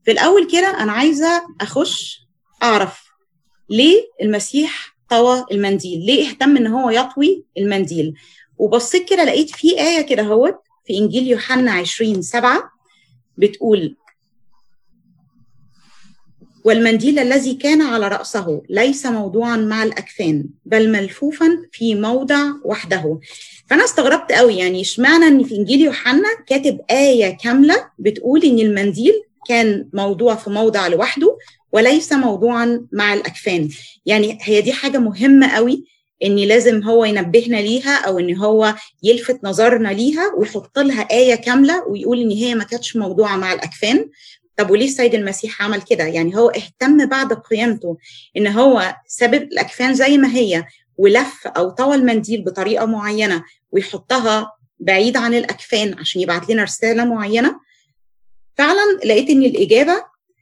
في الاول كده انا عايزه اخش اعرف ليه المسيح طوى المنديل، ليه اهتم ان هو يطوي المنديل. وبصيت كده لقيت في آية كده هوت في إنجيل يوحنا 20:7 بتقول: والمنديل الذي كان على رأسه ليس موضوعا مع الأكفان بل ملفوفا في موضع وحده. فأنا استغربت قوي، يعني اشمعنى ان في إنجيل يوحنا كاتب آية كاملة بتقول ان المنديل كان موضوع في موضع لوحده وليس موضوعا مع الأكفان. يعني هي دي حاجة مهمة قوي ان لازم هو ينبهنا ليها، او ان هو يلفت نظرنا ليها ويحط لها آية كاملة ويقول ان هي ما كانتش موضوعة مع الأكفان. طب وليه السيد المسيح عمل كده؟ يعني هو اهتم بعد قيامته ان هو سبب الأكفان زي ما هي، ولف او طوى المنديل بطريقة معينة ويحطها بعيد عن الأكفان عشان يبعت لنا رسالة معينة. فعلا لقيت ان الإجابة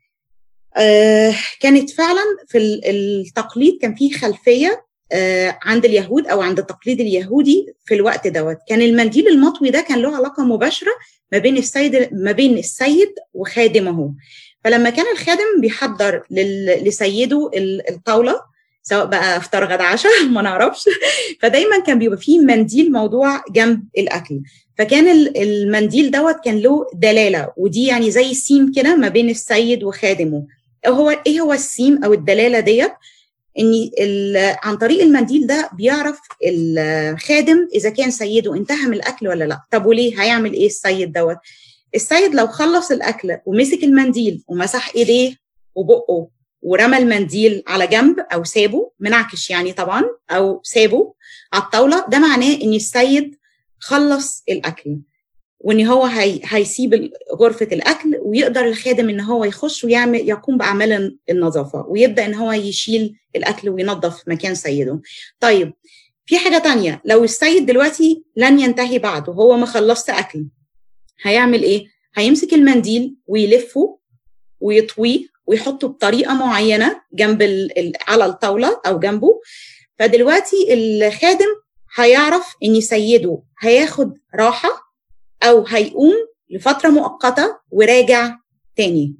كانت فعلا في التقليد، كان فيه خلفية عند اليهود او عند التقليد اليهودي في الوقت دوت. كان المنديل المطوي ده كان له علاقة مباشرة ما بين السيد وخادمه. فلما كان الخادم بيحضر لسيده الطاولة، سواء بقى افطار غدا عشاء ما نعرفش، فدايما كان بيبقى فيه منديل موضوع جنب الاكل. فكان المنديل دوت كان له دلالة، ودي يعني زي سيم كده ما بين السيد وخادمه. ايه هو السيم او الدلالة ديت؟ ان عن طريق المنديل ده بيعرف الخادم اذا كان سيده انتهى من الاكل ولا لا. طب وليه؟ هيعمل ايه السيد دوت؟ السيد لو خلص الاكل ومسك المنديل ومسح ايديه وبقه ورمى المنديل على جنب او سابه منعكش يعني طبعا، او سابه على الطاوله، ده معناه ان السيد خلص الاكل، وان هو هيسيب غرفه الاكل ويقدر الخادم ان هو يخش ويعمل يقوم باعمال النظافه ويبدا ان هو يشيل الاكل وينظف مكان سيده. طيب في حاجه تانية، لو السيد دلوقتي لن ينتهي بعد وهو ما خلصش اكل، هيعمل ايه؟ هيمسك المنديل ويلفه ويطويه ويحطه بطريقه معينه جنب على الطاوله او جنبه. فدلوقتي الخادم هيعرف ان سيده هياخد راحه او هيقوم لفتره مؤقته وراجع تاني.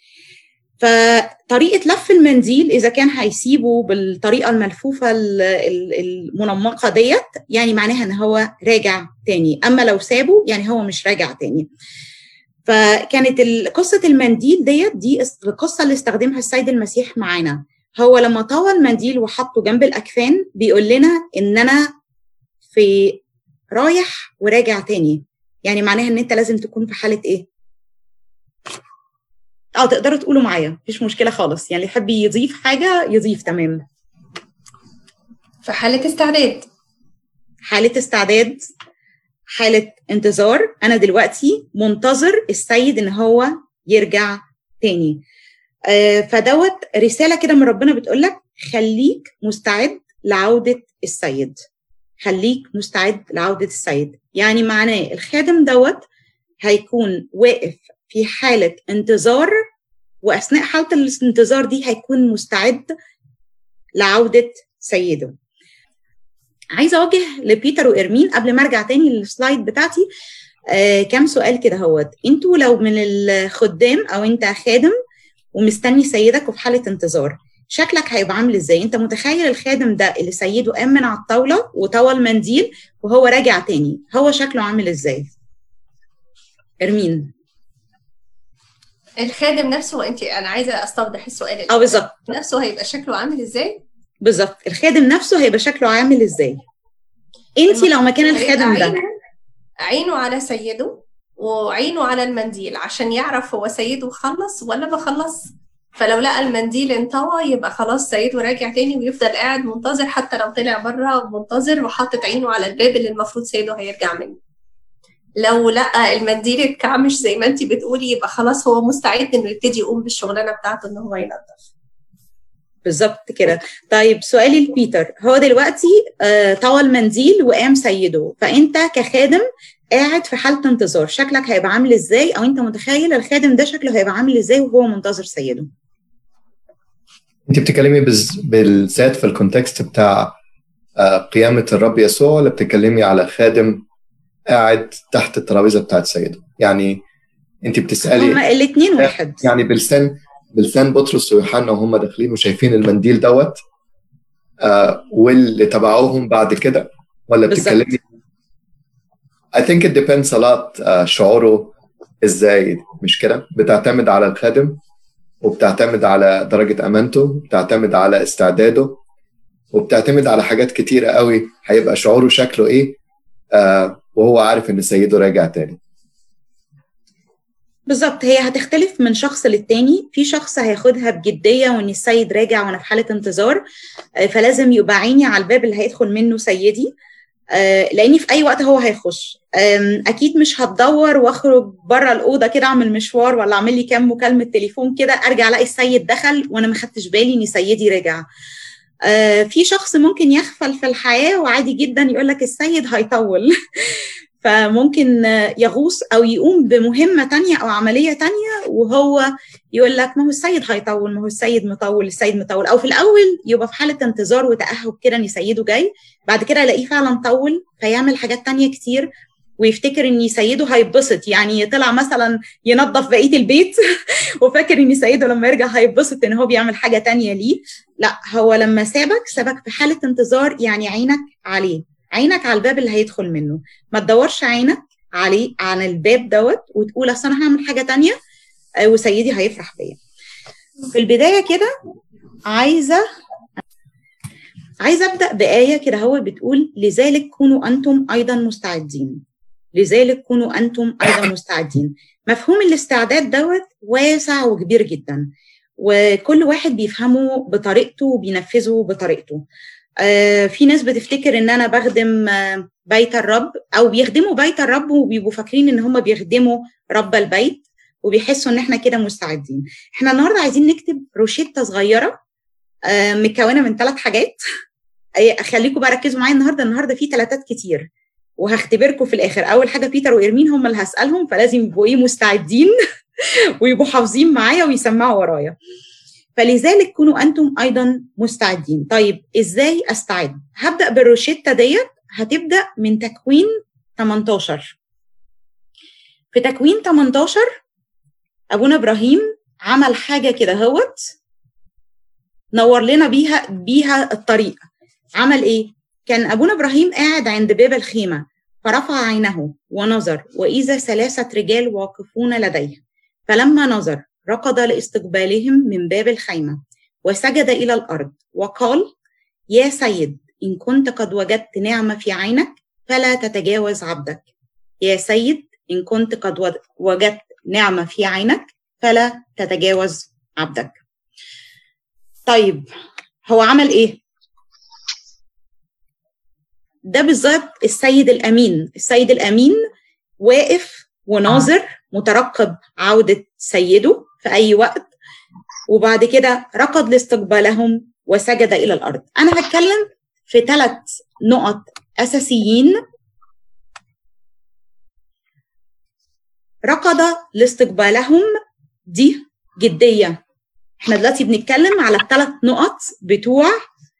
فطريقه لف المنديل اذا كان هيسيبه بالطريقه الملفوفه المنمقه ديت، يعني معناها ان هو راجع تاني، اما لو سابه يعني هو مش راجع تاني. فكانت قصه المنديل دي القصه اللي استخدمها السيد المسيح معانا. هو لما طوى المنديل وحطه جنب الاكفان بيقول لنا ان انا في رايح وراجع تاني، يعني معناها ان انت لازم تكون في حاله ايه؟ تقدروا تقولوا معايا، مفيش مشكله خالص، يعني اللي يحب يضيف حاجه يضيف. تمام. في حاله استعداد. حاله استعداد، حاله انتظار. انا دلوقتي منتظر السيد ان هو يرجع تاني. فدوت رساله كده من ربنا بتقول لك خليك مستعد لعوده السيد. خليك مستعد لعوده السيد، يعني معناه الخادم دوت هيكون واقف في حالة انتظار، وأثناء حالة الانتظار دي هيكون مستعد لعودة سيده. عايزة أوجه لبيتر وإرمين قبل ما أرجع تاني للسلايد بتاعتي كام سؤال كده هوت. أنتوا لو من الخدام أو أنت خادم ومستني سيدك وفي حالة انتظار، شكلك هيبقى عامل إزاي؟ أنت متخيل الخادم ده اللي سيده قام من على الطاولة وطوى المنديل وهو راجع تاني، هو شكله عامل إزاي؟ إرمين. الخادم نفسه، انا عايزه استوضح السؤال. بالظبط. نفسه هيبقى شكله عامل ازاي؟ بالظبط، الخادم نفسه هيبقى شكله عامل ازاي؟ انت لو مكان الخادم ده عينه على سيده وعينه على المنديل عشان يعرف هو سيده خلص ولا ما خلص. فلو لقى المنديل انطوى يبقى خلاص سيده راجع تاني، ويفضل قاعد منتظر حتى لو طلع بره منتظر وحاطط عينه على الباب اللي المفروض سيده هيرجع منه. لو لقى المنديل اتكعمش زي ما انت بتقولي يبقى خلاص هو مستعد انه يبتدي يقوم بالشغلانه بتاعته ان هو ينظف. بالظبط كده. طيب سؤالي لبيتر، هو دلوقتي طوى المنديل وقام سيده، فانت كخادم قاعد في حاله انتظار، شكلك هيبقى عامل ازاي؟ او انت متخيل الخادم ده شكله هيبقى عامل ازاي وهو منتظر سيده؟ انت بتتكلمي بالذات في الكونتكست بتاع قيامه الرب يسوع، ولا بتتكلمي على خادم قاعد تحت الترابيزه بتاعت سيده؟ يعني انت بتسالي هما الاثنين واحد يعني بلسان بطرس ويوحنا وهم داخلين وشايفين المنديل دوت واللي تبعوهم بعد كده، ولا بتتكلمي؟ I think it depends a lot. شعوره ازاي، مش كده؟ بتعتمد على الخادم، وبتعتمد على درجة امانته، بتعتمد على استعداده، وبتعتمد على حاجات كتيرة قوي. هيبقى شعوره شكله ايه وهو عارف ان سيده راجع تاني. بالظبط، هي هتختلف من شخص للتاني. في شخص هياخدها بجدية وان السيد راجع وانا في حالة انتظار، فلازم يبقى عيني على الباب اللي هيدخل منه سيدي، لاني في اي وقت هو هيخش. اكيد مش هتدور واخرج بره الاوضه كده اعمل مشوار ولا اعمل لي كام مكالمه تليفون كده ارجع الاقي السيد دخل وانا ما خدتش بالي ان سيدي رجع. في شخص ممكن يغفل في الحياه وعادي جدا يقول لك السيد هيطول فممكن يغوص او يقوم بمهمه تانية او عمليه تانية وهو يقول لك ما هو السيد هيطول، ما هو السيد مطول، السيد مطول. او في الاول يبقى في حاله انتظار وتاهب كده ان سيده جاي، بعد كده الاقيه فعلا طول فيعمل حاجات تانية كتير ويفتكر ان سيده هيتبسط. يعني طلع مثلا ينظف بقيه البيت وفاكر ان سيده لما يرجع هيتبسط ان هو بيعمل حاجه تانية ليه. لا، هو لما سابك في حاله انتظار، يعني عينك عليه، عينك على الباب اللي هيدخل منه. ما تدورش عينك عليه عن الباب دوت وتقول اصل انا هعمل حاجه تانية وسيدي هيفرح بيا. في البدايه كده عايزه ابدا بايه كده هو بتقول لذلك كونوا انتم ايضا مستعدين. لذلك كونوا انتم ايضا مستعدين. مفهوم الاستعداد دوت واسع وكبير جدا، وكل واحد بيفهمه بطريقته وبينفذه بطريقته. في ناس بتفتكر ان انا بخدم بيت الرب او بيخدموا بيت الرب وبيبقوا فاكرين ان هم بيخدموا رب البيت وبيحسوا ان احنا كده مستعدين. احنا النهارده عايزين نكتب روشته صغيره مكونه من 3 حاجات. خليكم بقى ركزوا معايا النهارده في 3 كتير وهختبركم في الاخر. اول حاجه بيتر وإرمين هم اللي هسالهم، فلازم يبقوا مستعدين ويبقوا حافظين معايا ويسمعوا ورايا. فلذلك كونوا أنتم أيضا مستعدين. طيب إزاي أستعد؟ هبدأ بالروشتة ديت، هتبدأ من تكوين 18. في تكوين 18 أبونا إبراهيم عمل حاجة كده هوت نور لنا بيها الطريق. عمل إيه؟ كان أبونا إبراهيم قاعد عند باب الخيمة فرفع عينه ونظر وإذا 3 رجال واقفون لديه، فلما نظر ركض لاستقبالهم من باب الخيمة وسجد إلى الأرض وقال يا سيد إن كنت قد وجدت نعمة في عينك فلا تتجاوز عبدك. يا سيد إن كنت قد وجدت نعمة في عينك فلا تتجاوز عبدك. طيب هو عمل إيه؟ ده بالظبط السيد الأمين. السيد الأمين واقف وناظر مترقب عودة سيده في أي وقت، وبعد كده ركض لاستقبالهم وسجد إلى الأرض. أنا هتكلم في 3 نقط أساسيين. ركض لاستقبالهم دي جدية. احنا دلوقتي بنتكلم على 3 نقط بتوع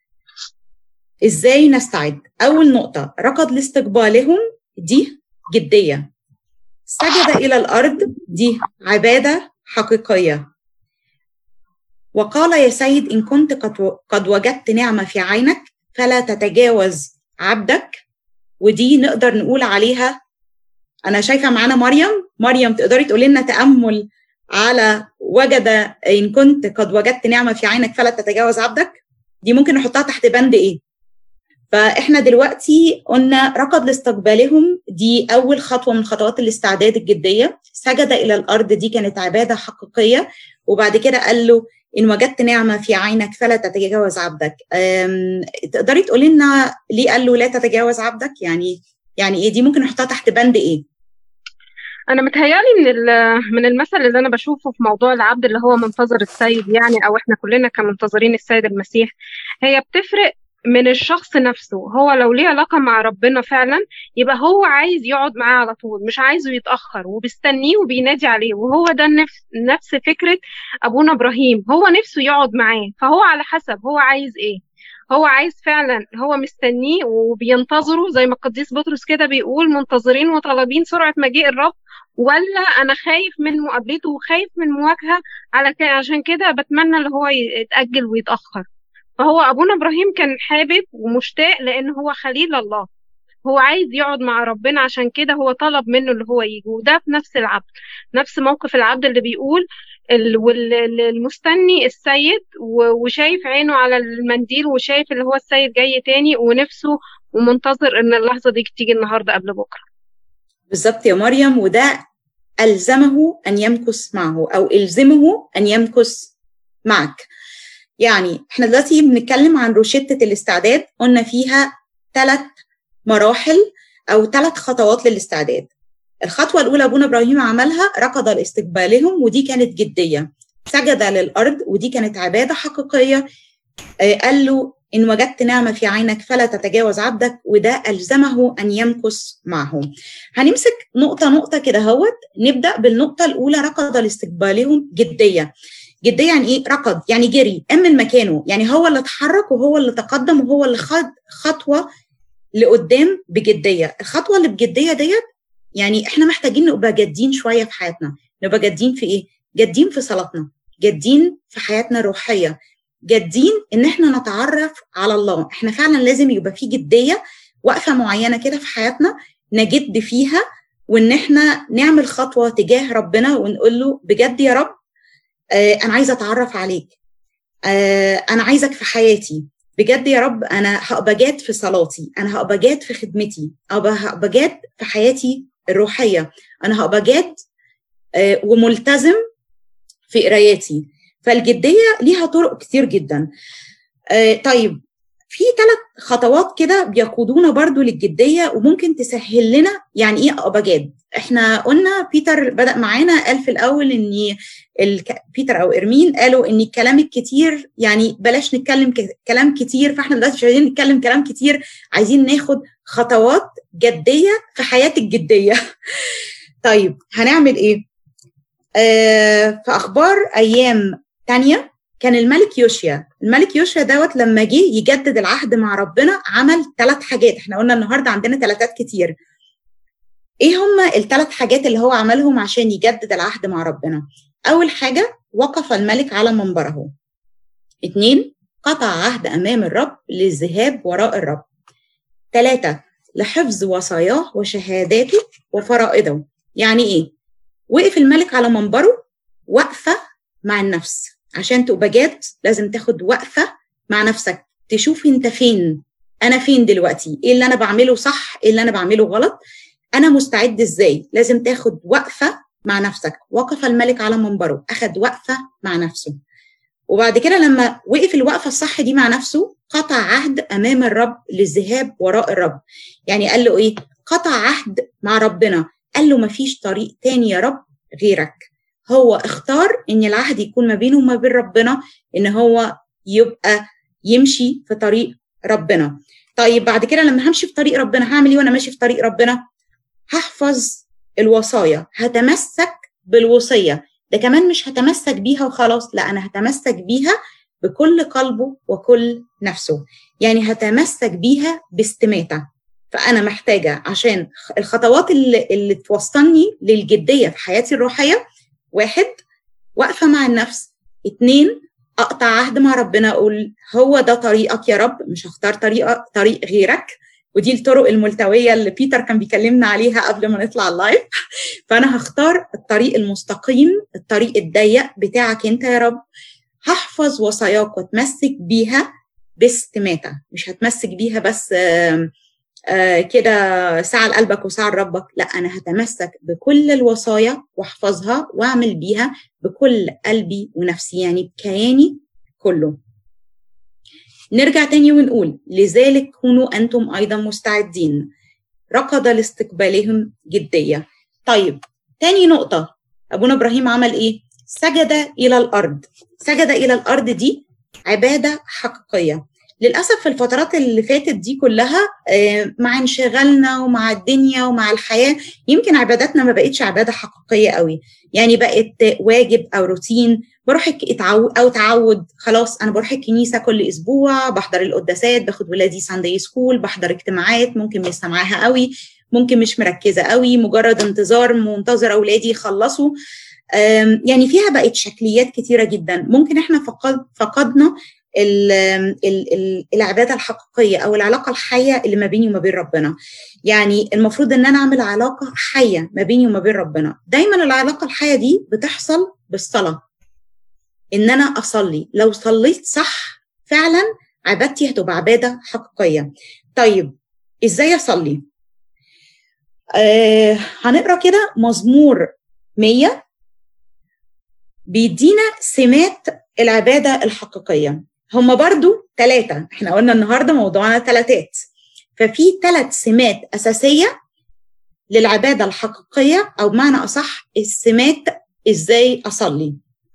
ازاي نستعد. أول نقطة ركض لاستقبالهم دي جدية. سجد إلى الأرض دي عبادة حقيقية. وقال يا سيد إن كنت قد وجدت نعمة في عينك فلا تتجاوز عبدك، ودي نقدر نقول عليها، أنا شايفة معانا مريم تقدري تقولي لنا تأمل على وجد إن كنت قد وجدت نعمة في عينك فلا تتجاوز عبدك. دي ممكن نحطها تحت بند إيه؟ فإحنا دلوقتي قلنا ركض لاستقبالهم دي أول خطوة من خطوات الاستعداد الجدية. سجد إلى الأرض دي كانت عبادة حقيقية، وبعد كده قال له إن وجدت نعمة في عينك فلا تتجاوز عبدك. تقدري تقولي لنا ليه قال له لا تتجاوز عبدك؟ يعني إيه دي؟ ممكن نحطها تحت بند إيه؟ أنا متهيألي من المثل اللي أنا بشوفه في موضوع العبد اللي هو منتظر السيد، يعني أو إحنا كلنا كمنتظرين السيد المسيح، هي بتفرق من الشخص نفسه. هو لو ليه علاقة مع ربنا فعلا يبقى هو عايز يقعد معاه على طول، مش عايزه يتأخر، وبيستنيه وبينادي عليه. وهو ده نفس فكرة أبونا إبراهيم، هو نفسه يقعد معاه، فهو على حسب هو عايز إيه. هو عايز فعلا، هو مستنيه وبينتظره زي ما القديس بطرس كده بيقول منتظرين وطالبين سرعة مجيء الرب، ولا أنا خايف من مقابلته وخايف من مواجهة عشان كده بتمنى اللي هو يتأجل ويتأخر. فهو أبونا إبراهيم كان حابب ومشتاق لأن هو خليل الله، هو عايز يقعد مع ربنا، عشان كده هو طلب منه اللي هو يجي. وده في نفس العبد، نفس موقف العبد اللي بيقول المستني السيد وشايف عينه على المنديل وشايف اللي هو السيد جاي تاني ونفسه ومنتظر ان اللحظة دي تيجي النهاردة قبل بكرة. بالظبط يا مريم، وده ألزمه أن يمكث معه أو ألزمه أن يمكث معك. يعني احنا دلوقتي بنتكلم عن روشتة الاستعداد، قلنا فيها 3 مراحل أو 3 خطوات للاستعداد. الخطوة الأولى أبونا إبراهيم عملها، ركض لاستقبالهم، ودي كانت جدية. سجد للأرض، ودي كانت عبادة حقيقية. قال له إن وجدت نعمة في عينك فلا تتجاوز عبدك، وده ألزمه أن يمكث معه. هنمسك نقطة نقطة كده هوت. نبدأ بالنقطة الأولى، ركض لاستقبالهم. جدية. جدية يعني إيه؟ ركض يعني جري، من مكانه، يعني هو اللي اتحرك وهو اللي تقدم وهو اللي خد خطوة لقدام بجدية. الخطوة اللي بجدية ديت يعني احنا محتاجين نبقى جادين شوية في حياتنا. نبقى جادين في ايه؟ جادين في صلاتنا، جادين في حياتنا الروحية، جادين ان احنا نتعرف على الله. احنا فعلا لازم يبقى في جدية، وقفة معينة كده في حياتنا نجد فيها، وان احنا نعمل خطوة تجاه ربنا ونقول له بجد يا رب انا عايزة اتعرف عليك، انا عايزك في حياتي بجد يا رب. انا هبقى جاد في صلاتي، انا هبقى جاد في خدمتي، هبقى جاد في حياتي الروحية، انا هبقى جاد وملتزم في قراياتي. فالجدية ليها طرق كتير جدا. طيب في 3 خطوات كده بيقودونا برضو للجدية وممكن تسهل لنا يعني ايه ابقى جاد. احنا قلنا بيتر بدأ معانا قال في الاول ان بيتر او ارمين قالوا ان الكلام الكتير يعني بلاش نتكلم كلام كتير، فاحنا دلوقتي مش عايزين نتكلم كلام كتير، عايزين ناخد خطوات جدية في حياة الجدية. طيب هنعمل ايه؟ في اخبار ايام تانية كان الملك يوشيا دوت لما جه يجدد العهد مع ربنا عمل 3 حاجات. احنا قلنا النهارده عندنا 3 كتير. ايه هما ال3 حاجات اللي هو عملهم عشان يجدد العهد مع ربنا؟ اول حاجة وقف الملك على منبره. 2 قطع عهد امام الرب للذهاب وراء الرب. 3 لحفظ وصاياه وشهاداته وفرائضه. يعني ايه؟ وقف الملك على منبره وقفة مع النفس. عشان تبقى جاد لازم تاخد وقفة مع نفسك، تشوف انت فين، انا فين دلوقتي، ايه اللي انا بعمله صح، ايه اللي انا بعمله غلط، انا مستعد ازاي. لازم تاخد وقفة مع نفسك. وقف الملك على منبره، اخد وقفة مع نفسه. وبعد كده لما وقف الوقفة الصح دي مع نفسه قطع عهد امام الرب للذهاب وراء الرب. يعني قال له ايه؟ قطع عهد مع ربنا، قال له مفيش طريق تاني يا رب غيرك. هو اختار ان العهد يكون ما بينه وما بين ربنا، ان هو يبقى يمشي في طريق ربنا. طيب بعد كده لما همشي في طريق ربنا هعمل ايه وانا ماشي في طريق ربنا؟ هحفظ الوصايا، هتمسك بالوصية. ده كمان مش هتمسك بيها وخلاص، لا انا هتمسك بيها بكل قلبه وكل نفسه، يعني هتمسك بيها باستماتة. فأنا محتاجة عشان الخطوات اللي توصلني للجدية في حياتي الروحية: 1 وقفة مع النفس، 2 أقطع عهد مع ربنا، أقول هو ده طريقك يا رب، مش هختار طريق غيرك. ودي الطرق الملتوية اللي بيتر كان بيكلمنا عليها قبل ما نطلع اللايف. فأنا هختار الطريق المستقيم، الطريق الضيق بتاعك أنت يا رب. هحفظ وصاياك واتمسك بيها باستماتة، مش هتمسك بيها بس كده ساعة لقلبك وساعة لربك، لا أنا هتمسك بكل الوصايا واحفظها واعمل بيها بكل قلبي ونفسي، يعني بكياني كله. نرجع تاني ونقول لذلك كونوا أنتم أيضا مستعدين. ركض لاستقبالهم جدية. طيب تاني نقطة، أبونا إبراهيم عمل إيه؟ سجد إلى الأرض. سجد إلى الأرض دي عبادة حقيقية. للأسف في الفترات اللي فاتت دي كلها مع انشغالنا ومع الدنيا ومع الحياة يمكن عباداتنا ما بقتش عبادة حقيقية قوي، يعني بقت واجب أو روتين، بروح أو تعود، خلاص أنا بروح الكنيسة كل أسبوع، بحضر القداسات، باخد ولادي ساندي سكول، بحضر اجتماعات، ممكن مش سامعاها قوي، ممكن مش مركزة قوي، مجرد منتظر أولادي يخلصوا. يعني فيها بقت شكليات كتيرة جدا. ممكن احنا فقدنا العبادة الحقيقية أو العلاقة الحية اللي ما بيني وما بين ربنا. يعني المفروض ان انا اعمل علاقة حية ما بيني وما بين ربنا. دايما العلاقة الحية دي بتحصل بالصلاة، ان انا اصلي. لو صليت صح فعلا عبادتي هتبقى عبادة حقيقية. طيب ازاي اصلي؟ هنقرأ كده مزمور 100 بيدينا سمات العبادة الحقيقية. هم برضو 3، احنا قلنا النهاردة موضوعنا 3، ففي 3 سمات أساسية للعبادة الحقيقية، أو بمعنى أصح السمات إزاي أصلي.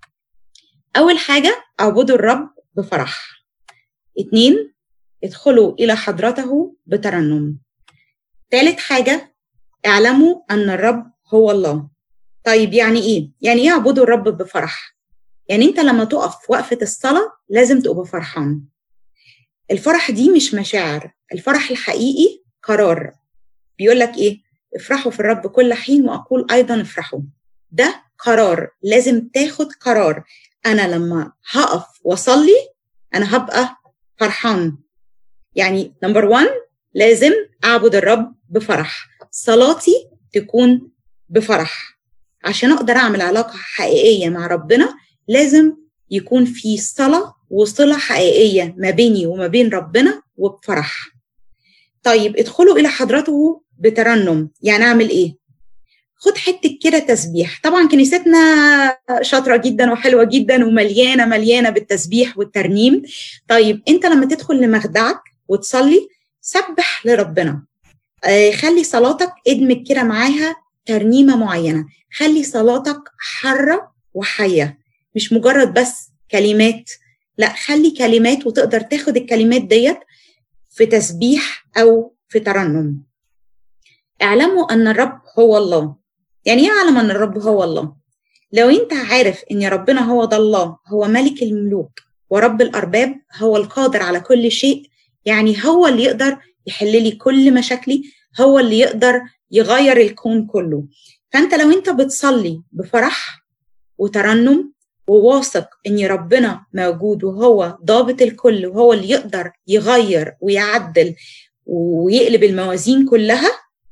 أول حاجة اعبدوا الرب بفرح. 2 ادخلوا إلى حضرته بترنم. 3 حاجة اعلموا أن الرب هو الله. طيب يعني إيه؟ يعني إيه اعبدوا الرب بفرح؟ يعني أنت لما تقف وقفة الصلاة لازم تبقى فرحان. الفرح دي مش مشاعر، الفرح الحقيقي قرار. بيقول لك إيه؟ افرحوا في الرب كل حين وأقول أيضا افرحوا. ده قرار، لازم تاخد قرار. أنا لما هقف وصلي أنا هبقى فرحان. يعني نمبر 1 لازم أعبد الرب بفرح، صلاتي تكون بفرح. عشان أقدر أعمل علاقة حقيقية مع ربنا لازم يكون في صلاة وصلة حقيقية ما بيني وما بين ربنا وبفرح. طيب ادخلوا إلى حضرته بترنم. يعني أعمل إيه؟ خد حتة كده تسبيح. طبعا كنيستنا شاطرة جدا وحلوة جدا ومليانة بالتسبيح والترنيم. طيب انت لما تدخل لمخدعك وتصلي سبح لربنا. خلي صلاتك ادمج كده معاها ترنيمة معينة. خلي صلاتك حرة وحية، مش مجرد بس كلمات، لا خلي كلمات وتقدر تاخد الكلمات ديت في تسبيح أو في ترنم. اعلموا أن الرب هو الله. يعني ايه اعلم أن الرب هو الله؟ لو انت عارف ان ربنا هو ده الله، هو ملك الملوك ورب الأرباب، هو القادر على كل شيء، يعني هو اللي يقدر يحل لي كل مشاكلي، هو اللي يقدر يغير الكون كله. فانت لو انت بتصلي بفرح وترنم وواثق ان ربنا موجود وهو ضابط الكل وهو اللي يقدر يغير ويعدل ويقلب الموازين كلها،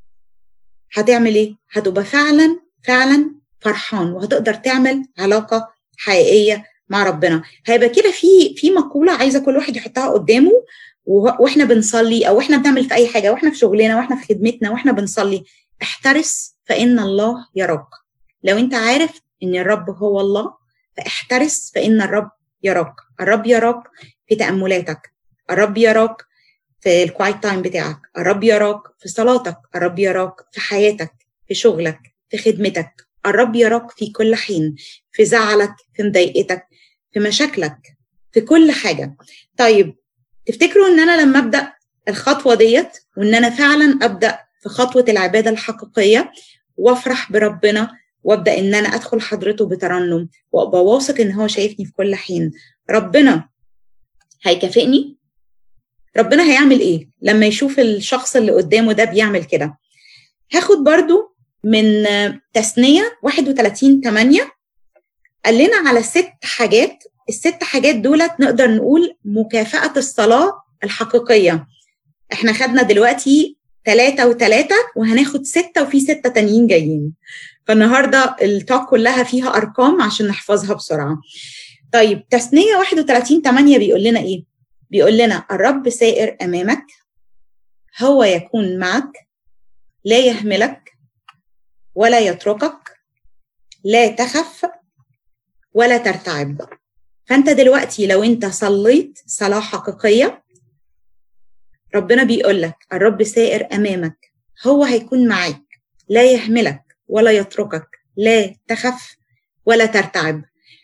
هتعمل ايه؟ هتبقى فعلا فرحان وهتقدر تعمل علاقة حقيقية مع ربنا. هيبقى كده في مقولة عايزة كل واحد يحطها قدامه واحنا بنصلي او احنا بنعمل في اي حاجة، واحنا في شغلنا واحنا في خدمتنا واحنا بنصلي: احترس فإن الله يراك. لو انت عارف ان الرب هو الله فاحترس فإن الرب يراك. الرب يراك في تأملاتك، الرب يراك في الكوايت تايم بتاعك، الرب يراك في صلاتك، الرب يراك في حياتك، في شغلك، في خدمتك، الرب يراك في كل حين، في زعلك، في مضايقتك، في مشاكلك، في كل حاجة. طيب تفتكروا ان انا لما ابدأ الخطوة ديت وان انا فعلا ابدأ في خطوة العبادة الحقيقية وافرح بربنا وابدأ ان انا ادخل حضرته بترنم وابقى واثق ان هو شايفني في كل حين، ربنا هيكافئني؟ ربنا هيعمل ايه لما يشوف الشخص اللي قدامه ده بيعمل كده؟ هاخد برضو من تثنية 31:8 قال لنا على 6 حاجات. ال6 حاجات دولت نقدر نقول مكافأة الصلاة الحقيقية. احنا خدنا دلوقتي 3 و3 وهناخد 6 وفي 6 تانيين جايين، فالنهاردة التوك كلها فيها أرقام عشان نحفظها بسرعة. طيب تثنية 31:8 بيقول لنا ايه؟ بيقول لنا: الرب سائر أمامك، هو يكون معك، لا يهملك ولا يتركك، لا تخف ولا ترتعب. فأنت دلوقتي لو أنت صليت صلاة حقيقية ربنا بيقول لك الرب سائر أمامك، هو هيكون معك، لا يهملك ولا يتركك، لا تخف ولا ترتعب.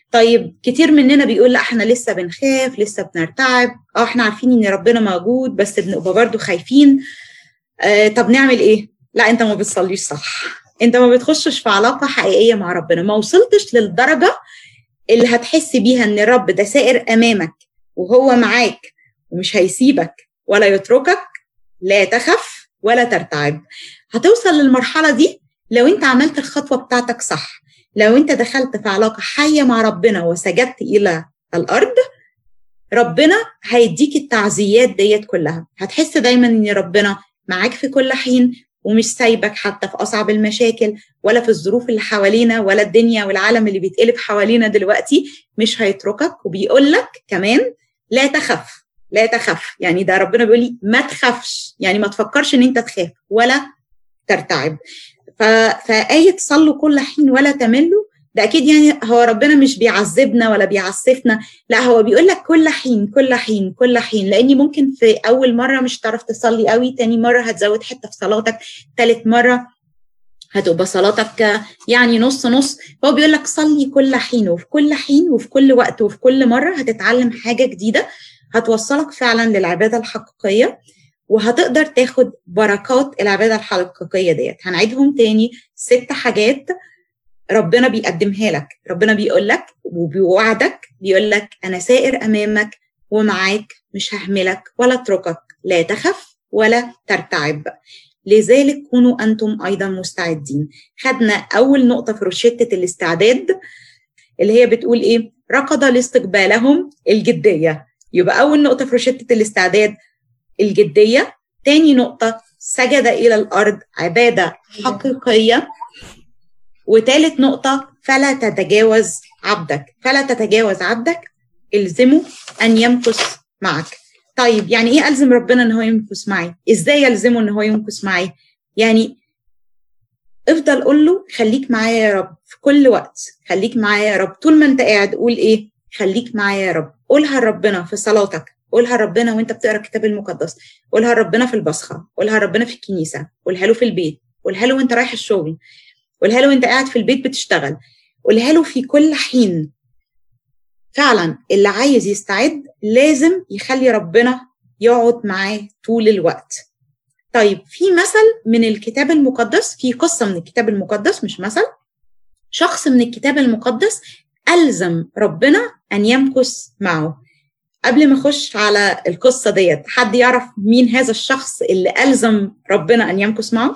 طيب كتير مننا بيقول لا احنا لسه بنخاف، لسه بنرتعب، احنا عارفين ان ربنا موجود بس بنبقى برضو خايفين. طب نعمل ايه؟ لا انت ما بتصليش صح، انت ما بتخشش في علاقة حقيقية مع ربنا، ما وصلتش للدرجة اللي هتحس بيها ان الرب ده سائر امامك وهو معاك ومش هيسيبك ولا يتركك. لا تخف ولا ترتعب. هتوصل للمرحلة دي لو انت عملت الخطوة بتاعتك صح، لو انت دخلت في علاقة حية مع ربنا وسجدت الى الارض، ربنا هيديك التعزيات ديت كلها. هتحس دايما ان ربنا معاك في كل حين ومش سايبك حتى في أصعب المشاكل ولا في الظروف اللي حوالينا ولا الدنيا والعالم اللي بيتقلب حوالينا دلوقتي، مش هيتركك. وبيقول لك كمان لا تخف، لا تخف، يعني ده ربنا بيقول لي ما تخافش، يعني ما تفكرش ان انت تخاف ولا ترتعب. فآية صلوا كل حين ولا تملوا، ده أكيد يعني هو ربنا مش بيعذبنا ولا بيعسفنا، لا هو بيقول لك كل حين كل حين كل حين، لأني ممكن في أول مرة مش تعرف تصلي قوي، تاني مرة هتزود حتة في صلاتك، تالت مرة هتبقى صلاتك يعني نص نص. فهو بيقول لك صلي كل حين، وفي كل حين وفي كل وقت وفي كل مرة هتتعلم حاجة جديدة هتوصلك فعلا للعبادة الحقيقية، وهتقدر تاخد بركات العبادة الحقيقية ديت. هنعيدهم تاني، 6 حاجات ربنا بيقدمها لك. ربنا بيقول لك وبيوعدك، بيقول لك أنا سائر أمامك ومعاك، مش هحملك ولا اتركك، لا تخف ولا ترتعب، لذلك كونوا أنتم أيضا مستعدين. خدنا أول نقطة في روشتة الاستعداد اللي هي بتقول إيه؟ ركض لاستقبالهم الجدية. يبقى أول نقطة في روشتة الاستعداد الجدية. تاني نقطة سجد إلى الأرض، عبادة حقيقية. وثالث نقطة فلا تتجاوز عبدك، فلا تتجاوز عبدك، الزمه أن يمكث معك. طيب يعني إيه ألزم ربنا أن هو يمكث معي؟ إزاي يلزمه أن هو يمكث معي؟ يعني افضل قول له خليك معايا يا رب في كل وقت، خليك معايا يا رب طول ما أنت قاعد. قول إيه؟ خليك معايا يا رب. قولها لربنا في صلاتك، قولها لربنا وأنت بتقرأ الكتاب المقدس، قولها لربنا في البصخة، قولها لربنا في الكنيسة، قولها له في البيت، قولها له وأنت رايح الشغل، قولها له وانت قاعد في البيت بتشتغل، قولها له في كل حين. فعلا اللي عايز يستعد لازم يخلي ربنا يقعد معاه طول الوقت. طيب في مثل من الكتاب المقدس، في قصة من الكتاب المقدس، مش مثل، شخص من الكتاب المقدس ألزم ربنا أن يمكث معه. قبل ما أخش على القصة ديت، حد يعرف مين هذا الشخص اللي ألزم ربنا أن يمكث معه؟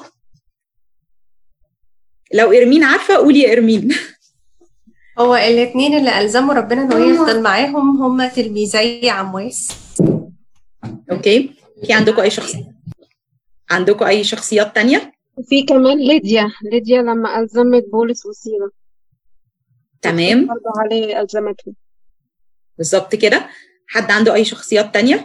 لو إرمين عارفة قولي يا إرمين. هو الاثنين اللي ألزموا ربنا إنه يفضل معاهم هم تلميذي عمواس. أوكي، في عندكم أي شخصيات؟ عندكم أي شخصيات تانية؟ وفي كمان ليديا لما ألزمت بولس وسيلة. تمام، برضه عليه ألزمته. بالظبط كده. حد عنده أي شخصيات تانية؟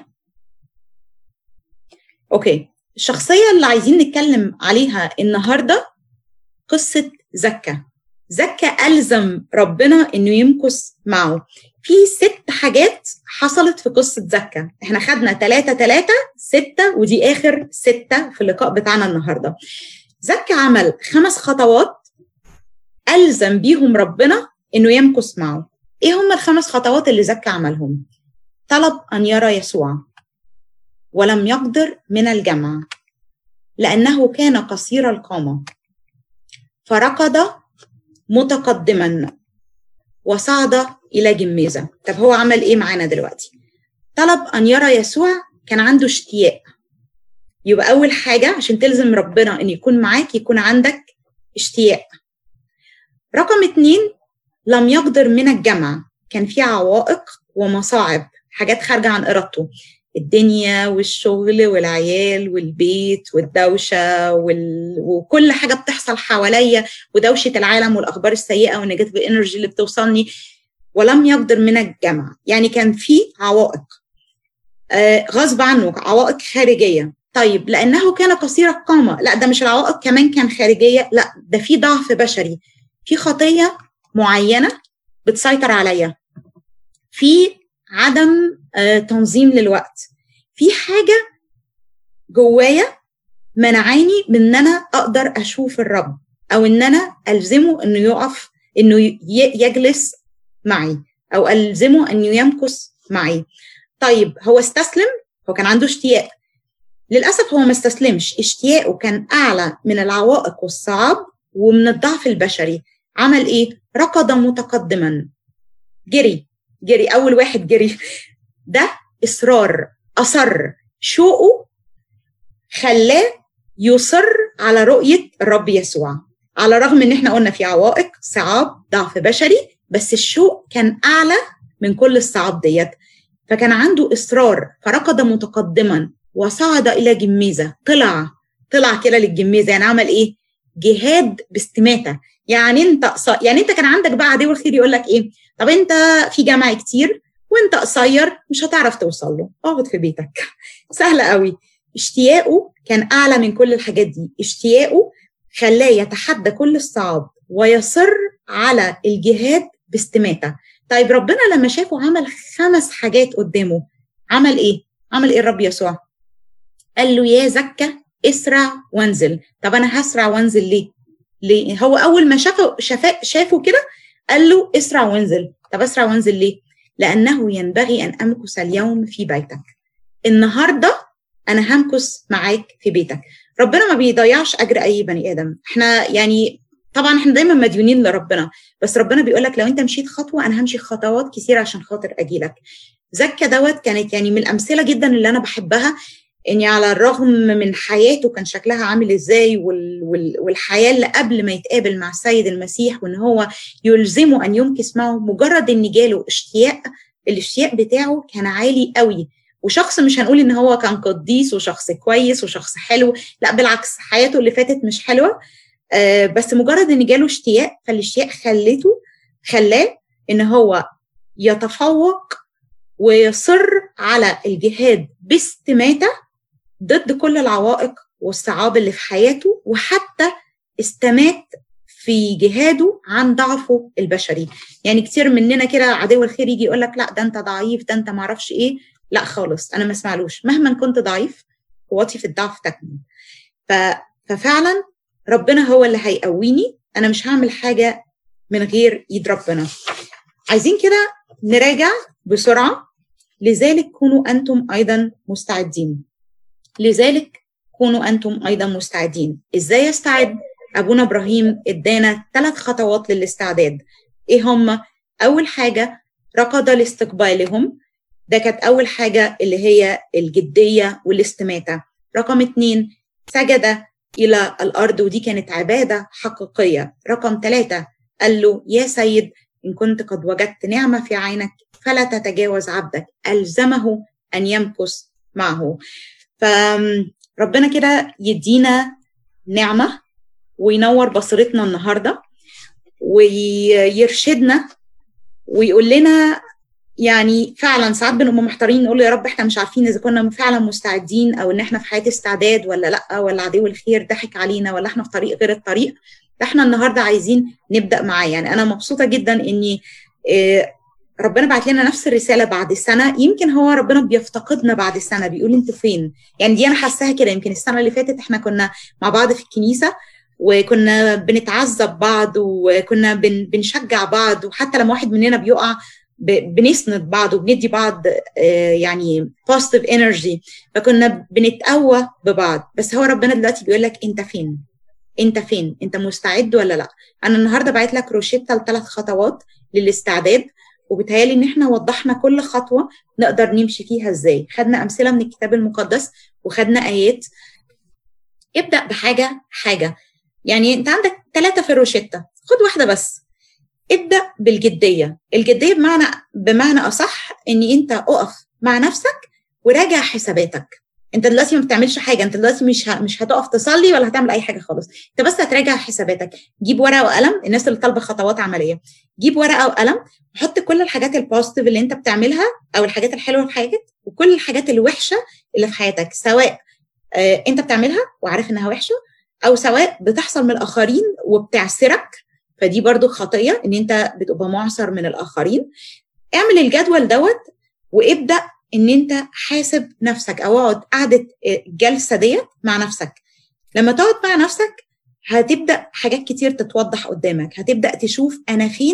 أوكي، الشخصية اللي عايزين نتكلم عليها النهاردة قصة زكا. زكا ألزم ربنا إنه يمكث معه. في 6 حاجات حصلت في قصة زكا. احنا خدنا 3 6 ودي آخر 6 في اللقاء بتاعنا النهاردة. زكا عمل 5 خطوات ألزم بيهم ربنا إنه يمكث معه. إيه هم ال5 خطوات اللي زكا عملهم؟ طلب أن يرى يسوع ولم يقدر من الجمع لأنه كان قصير القامة، فركض متقدما وصعد إلى جميزة. طب هو عمل إيه معانا دلوقتي؟ طلب أن يرى يسوع، كان عنده اشتياق. يبقى أول حاجة عشان تلزم ربنا أن يكون معاك يكون عندك اشتياق. رقم 2 لم يقدر من الجمع، كان في عوائق ومصاعب، حاجات خارجة عن إرادته، الدنيا والشغل والعيال والبيت والدوشة وكل حاجة بتحصل حواليا، ودوشة العالم والأخبار السيئة والنيجاتيف انرجي اللي بتوصلني. ولم يقدر من الجمع، يعني كان في عوائق غصب عنه، عوائق خارجية. طيب لأنه كان قصير القامة، لا ده مش العوائق كمان كان خارجية، لا ده في ضعف بشري، في خطية معينة بتسيطر عليا، في عدم تنظيم للوقت، في حاجة جوايا منعاني من ان انا اقدر اشوف الرب، او ان انا الزمه انه يقف، انه يجلس معي او الزمه انه يمكث معي. طيب هو استسلم، هو كان عنده اشتياق، للاسف هو ما استسلمش، اشتياقه كان اعلى من العوائق والصعاب ومن الضعف البشري. عمل ايه؟ ركض متقدما، جري اول واحد جري. ده اصرار، اصر، شوقه خلاه يصر على رؤيه الرب يسوع، على الرغم ان احنا قلنا في عوائق، صعاب، ضعف بشري، بس الشوق كان اعلى من كل الصعاب ديت. فكان عنده اصرار، فركض متقدما وصعد الى جميزه. طلع كده للجميزه. يعني عمل ايه؟ جهاد باستماته. يعني انت كان عندك بقى عدو الخير يقول لك ايه؟ طب انت في جمع كتير وانت قصير مش هتعرف توصل له، اقعد في بيتك. سهله قوي. اشتياقه كان اعلى من كل الحاجات دي، اشتياقه خلاه يتحدى كل الصعاب ويصر على الجهاد باستماته. طيب ربنا لما شافه عمل 5 حاجات قدامه، عمل ايه الرب يسوع؟ قال له يا زكا اسرع وانزل. طب انا هسرع وانزل ليه؟ هو اول ما شافه كده قال له اسرع وانزل. طب اسرع وانزل ليه؟ لانه ينبغي ان امكث اليوم في بيتك. النهارده انا همكث معاك في بيتك. ربنا ما بيضيعش اجر اي بني ادم. احنا يعني طبعا احنا دايما مديونين لربنا، بس ربنا بيقول لك لو انت مشيت خطوه انا همشي خطوات كثيره عشان خاطر اجيلك. زكا دوت كانت يعني من الامثله جدا اللي انا بحبها، اني على الرغم من حياته كان شكلها عامل ازاي والحياه اللي قبل ما يتقابل مع السيد المسيح وان هو يلزمه ان يمكث معه، مجرد ان جاله اشتياق، الاشتياق بتاعه كان عالي قوي. وشخص مش هنقول ان هو كان قديس وشخص كويس وشخص حلو، لا بالعكس، حياته اللي فاتت مش حلوه، بس مجرد ان جاله اشتياق، فالاشتياق خلاه ان هو يتفوق ويصر على الجهاد باستماته ضد كل العوائق والصعاب اللي في حياته، وحتى استمات في جهاده عن ضعفه البشري. يعني كتير مننا كده عدو الخير يجي يقول لك لا ده انت ضعيف، ده انت معرفش ايه. لا خالص، انا ما اسمعلوش. مهما كنت ضعيف قوتي في الضعف تكمن. ففعلا ربنا هو اللي هيقويني، انا مش هعمل حاجه من غير ايد ربنا. عايزين كده نراجع بسرعه. لذلك كونوا انتم ايضا مستعدين. لذلك كونوا انتم ايضا مستعدين. ازاي استعد؟ ابونا ابراهيم ادانا 3 خطوات للاستعداد. ايه هم؟ اول حاجه ركض لاستقبالهم، ده كانت اول حاجه اللي هي الجديه والاستماته. رقم 2 سجد الى الارض، ودي كانت عباده حقيقيه. رقم 3 قال له يا سيد ان كنت قد وجدت نعمه في عينك فلا تتجاوز عبدك، الزمه ان يمكث معه. فربنا كده يدينا نعمه وينور بصيرتنا النهارده ويرشدنا ويقول لنا، يعني فعلا ساعات بنبقى محتارين نقول يا رب احنا مش عارفين اذا كنا فعلا مستعدين او ان احنا في حياه استعداد ولا لا، ولا عدو الخير ضحك علينا، ولا احنا في طريق غير الطريق. احنا النهارده عايزين نبدا معاه. يعني انا مبسوطه جدا اني ربنا بعت لنا نفس الرساله بعد سنه. يمكن هو ربنا بيفتقدنا بعد سنه، بيقول انتوا فين؟ يعني دي انا حاساها كده. يمكن السنه اللي فاتت احنا كنا مع بعض في الكنيسه وكنا بنتعذب بعض وكنا بنشجع بعض، وحتى لما واحد مننا بيقع بنسند بعض وبندي بعض يعني positive energy، فكنا بنتقوى ببعض. بس هو ربنا دلوقتي بيقول لك انت فين؟ انت مستعد ولا لا؟ انا النهارده بعت لك روشته ل3 خطوات للاستعداد، وبتهيالي ان احنا وضحنا كل خطوه نقدر نمشي فيها ازاي. خدنا امثله من الكتاب المقدس وخدنا ايات. ابدا بحاجه يعني انت عندك 3 في الروشته، خد واحده بس. ابدأ بالجدية. الجدية بمعنى أصح إن أنت أقف مع نفسك وراجع حساباتك. أنت دلوقتي ما بتعملش حاجة، أنت دلوقتي مش هتقف تصلي ولا هتعمل أي حاجة خالص، أنت بس هتراجع حساباتك. جيب ورقة وقلم، الناس اللي طالبة خطوات عملية جيب ورقة وقلم، حط كل الحاجات البوزيتيف اللي أنت بتعملها أو الحاجات الحلوة في حياتك وكل الحاجات الوحشة اللي في حياتك، سواء أنت بتعملها وعارف إنها وحشة أو سواء بتحصل من الآخرين وبتعسرك، فدي برضو خطية ان انت بتبقى معصر من الاخرين. اعمل الجدول دوت وابدأ ان انت حاسب نفسك او اقعد قعدة الجلسة ديت مع نفسك. لما تقعد مع نفسك هتبدأ حاجات كتير تتوضح قدامك، هتبدأ تشوف انا فين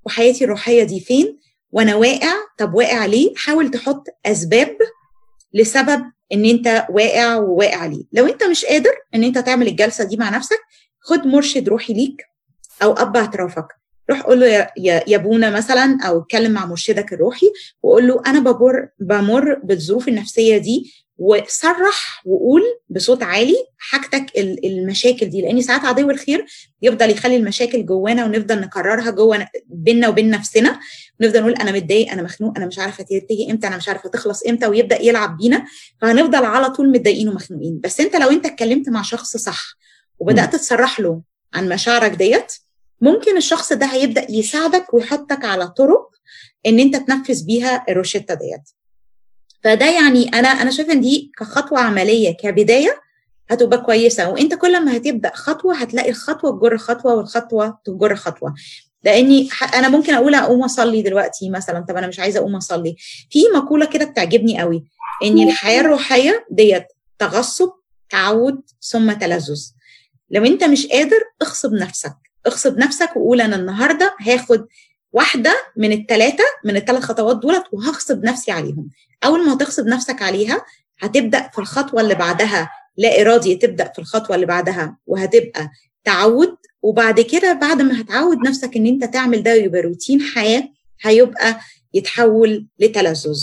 وحياتي الروحيه دي فين، وانا واقع، طب واقع ليه؟ حاول تحط اسباب لسبب ان انت واقع وواقع ليه. لو انت مش قادر ان انت تعمل الجلسه دي مع نفسك، خد مرشد روحي ليك او اب اعترافك، روح قول له يا ابونا مثلا، او اتكلم مع مرشدك الروحي وقول له انا بمر بالظروف النفسيه دي، وصرح وقول بصوت عالي حاجتك المشاكل دي، لان ساعات عدو الخير يفضل يخلي المشاكل جوانا ونفضل نكررها جوه بيننا وبين نفسنا، ونفضل نقول انا متضايق، انا مخنوق، انا مش عارفه تنتهي امتى، انا مش عارفه تخلص امتى، ويبدا يلعب بينا، فهنفضل على طول متضايقين ومخنوقين. بس انت لو انت اتكلمت مع شخص صح وبدات تصرح له عن مشاعرك ديت، ممكن الشخص ده هيبدا يساعدك ويحطك على طرق ان انت تنفذ بيها الروشته ديت. فده يعني انا شايفه ان دي كخطوه عمليه كبدايه هتبقى كويسه، وانت كل ما هتبدا خطوه هتلاقي الخطوه تجر خطوه والخطوه تجر خطوه. لاني انا ممكن اقول اقوم اصلي دلوقتي مثلا، طب انا مش عايزه اقوم اصلي. في مقوله كده بتعجبني قوي، ان الحياه الروحيه ديت تغصب، تعود، ثم تلذذ. لو انت مش قادر اغصب نفسك وقول انا النهارده هاخد واحده من الثلاث خطوات دولت وهغصب نفسي عليهم. اول ما هتغصب نفسك عليها هتبدا في الخطوه اللي بعدها لا ارادي، تبدا في الخطوه اللي بعدها وهتبقى تعود، وبعد كده بعد ما هتعود نفسك ان انت تعمل ده ويبقى روتين حياه، هيبقى يتحول لتلذذ.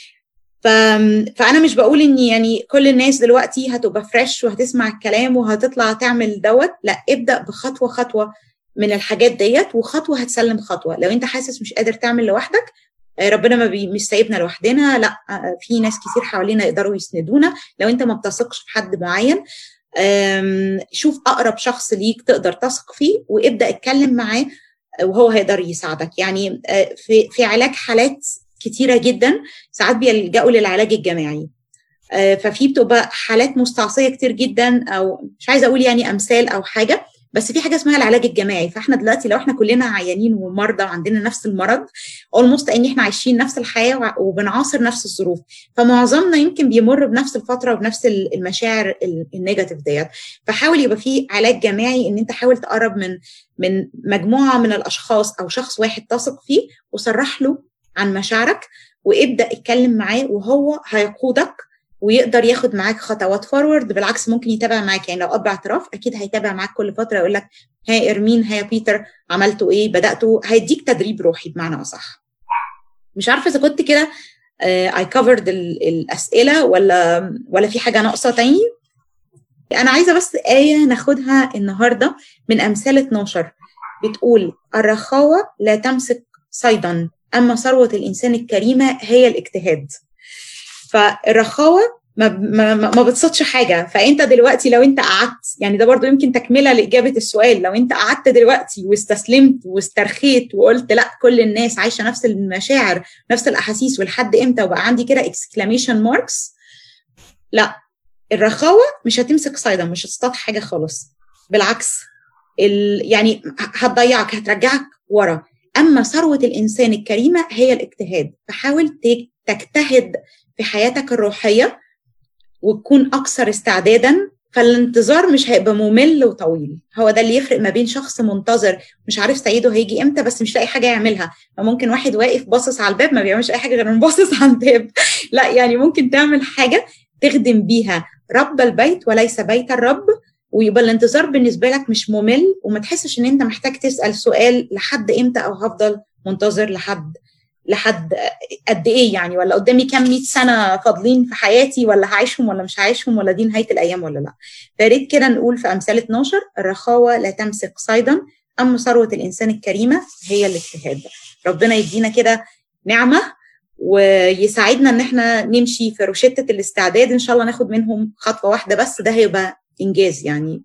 فانا مش بقول ان يعني كل الناس دلوقتي هتبقى فريش وهتسمع الكلام وهتطلع تعمل دوت، لا، ابدا بخطوه خطوه من الحاجات ديت، وخطوه هتسلم خطوه. لو انت حاسس مش قادر تعمل لوحدك، ربنا مش سايبنا لوحدنا، لا، في ناس كتير حوالينا يقدروا يسندونا. لو انت ما بتثقش في حد معين، شوف اقرب شخص ليك تقدر تثق فيه وابدا اتكلم معاه وهو هيقدر يساعدك. يعني في علاج حالات كتيره جدا ساعات بيلجأوا للعلاج الجماعي، ففي بتبقى حالات مستعصيه كتير جدا، او مش عايزه اقول يعني امثال او حاجه، بس في حاجه اسمها العلاج الجماعي. فاحنا دلوقتي لو احنا كلنا عيانين ومرضى وعندنا نفس المرض، اولموست ان احنا عايشين نفس الحياه وبنعاصر نفس الظروف، فمعظمنا يمكن بيمر بنفس الفتره وبنفس المشاعر النيجاتيف ديت. فحاول يبقى في علاج جماعي، ان انت حاول تقرب من مجموعه من الاشخاص او شخص واحد تثق فيه وصرح له عن مشاعرك، وابدا اتكلم معاه وهو هيقودك ويقدر ياخد معاك خطوات فورورد. بالعكس ممكن يتابع معاك، يعني لو اب اعتراف اكيد هيتابع معاك كل فتره يقول لك ها ارمين، ها بيتر، عملتوا ايه، بداتوا، هيديك تدريب روحي بمعنى اصح. مش عارفه اذا كنت كده I covered الاسئله ولا في حاجه ناقصه تاني. انا عايزه بس ايه ناخدها النهارده من امثال 12 بتقول الرخاوه لا تمسك صيدا، اما ثروه الانسان الكريمه هي الاجتهاد. فالرخاوه ما بتصدش حاجه. فانت دلوقتي لو انت قعدت، يعني ده برضو يمكن تكمله لاجابه السؤال، لو انت قعدت دلوقتي واستسلمت واسترخيت وقلت لا كل الناس عايشه نفس المشاعر نفس الاحاسيس ولحد امتى، وبقى عندي كده اكسكلاميشن ماركس، لا، الرخاوه مش هتمسك صيدا، مش هتصطاد حاجه خالص، بالعكس يعني هتضيعك، هترجعك ورا. اما ثروه الانسان الكريمه هي الاجتهاد. فحاول تجتهد في حياتك الروحيه وتكون اكثر استعدادا، فالانتظار مش هيبقى ممل وطويل. هو ده اللي يفرق ما بين شخص منتظر مش عارف سيده هيجي امتى بس مش لاقي حاجه يعملها. فممكن واحد واقف باصص على الباب ما بيعملش اي حاجه غير انه باصص على الباب، لا، يعني ممكن تعمل حاجه تخدم بيها رب البيت وليس بيت الرب، ويبقى الانتظار بالنسبه لك مش ممل، وما تحسش ان انت محتاج تسال سؤال لحد امتى، او هفضل منتظر لحد قد ايه يعني، ولا قدامي كام 100 سنه فاضلين في حياتي، ولا هعيشهم ولا مش هعيشهم، ولا دي نهايه الايام ولا لا. فياريت كده نقول في امثال 12 الرخاوه لا تمسك صيدا، اما ثروه الانسان الكريمه هي الاجتهاد. ربنا يدينا كده نعمه ويساعدنا ان احنا نمشي في روشته الاستعداد، ان شاء الله ناخد منهم خطوه واحده بس، ده هيبقى انجاز يعني.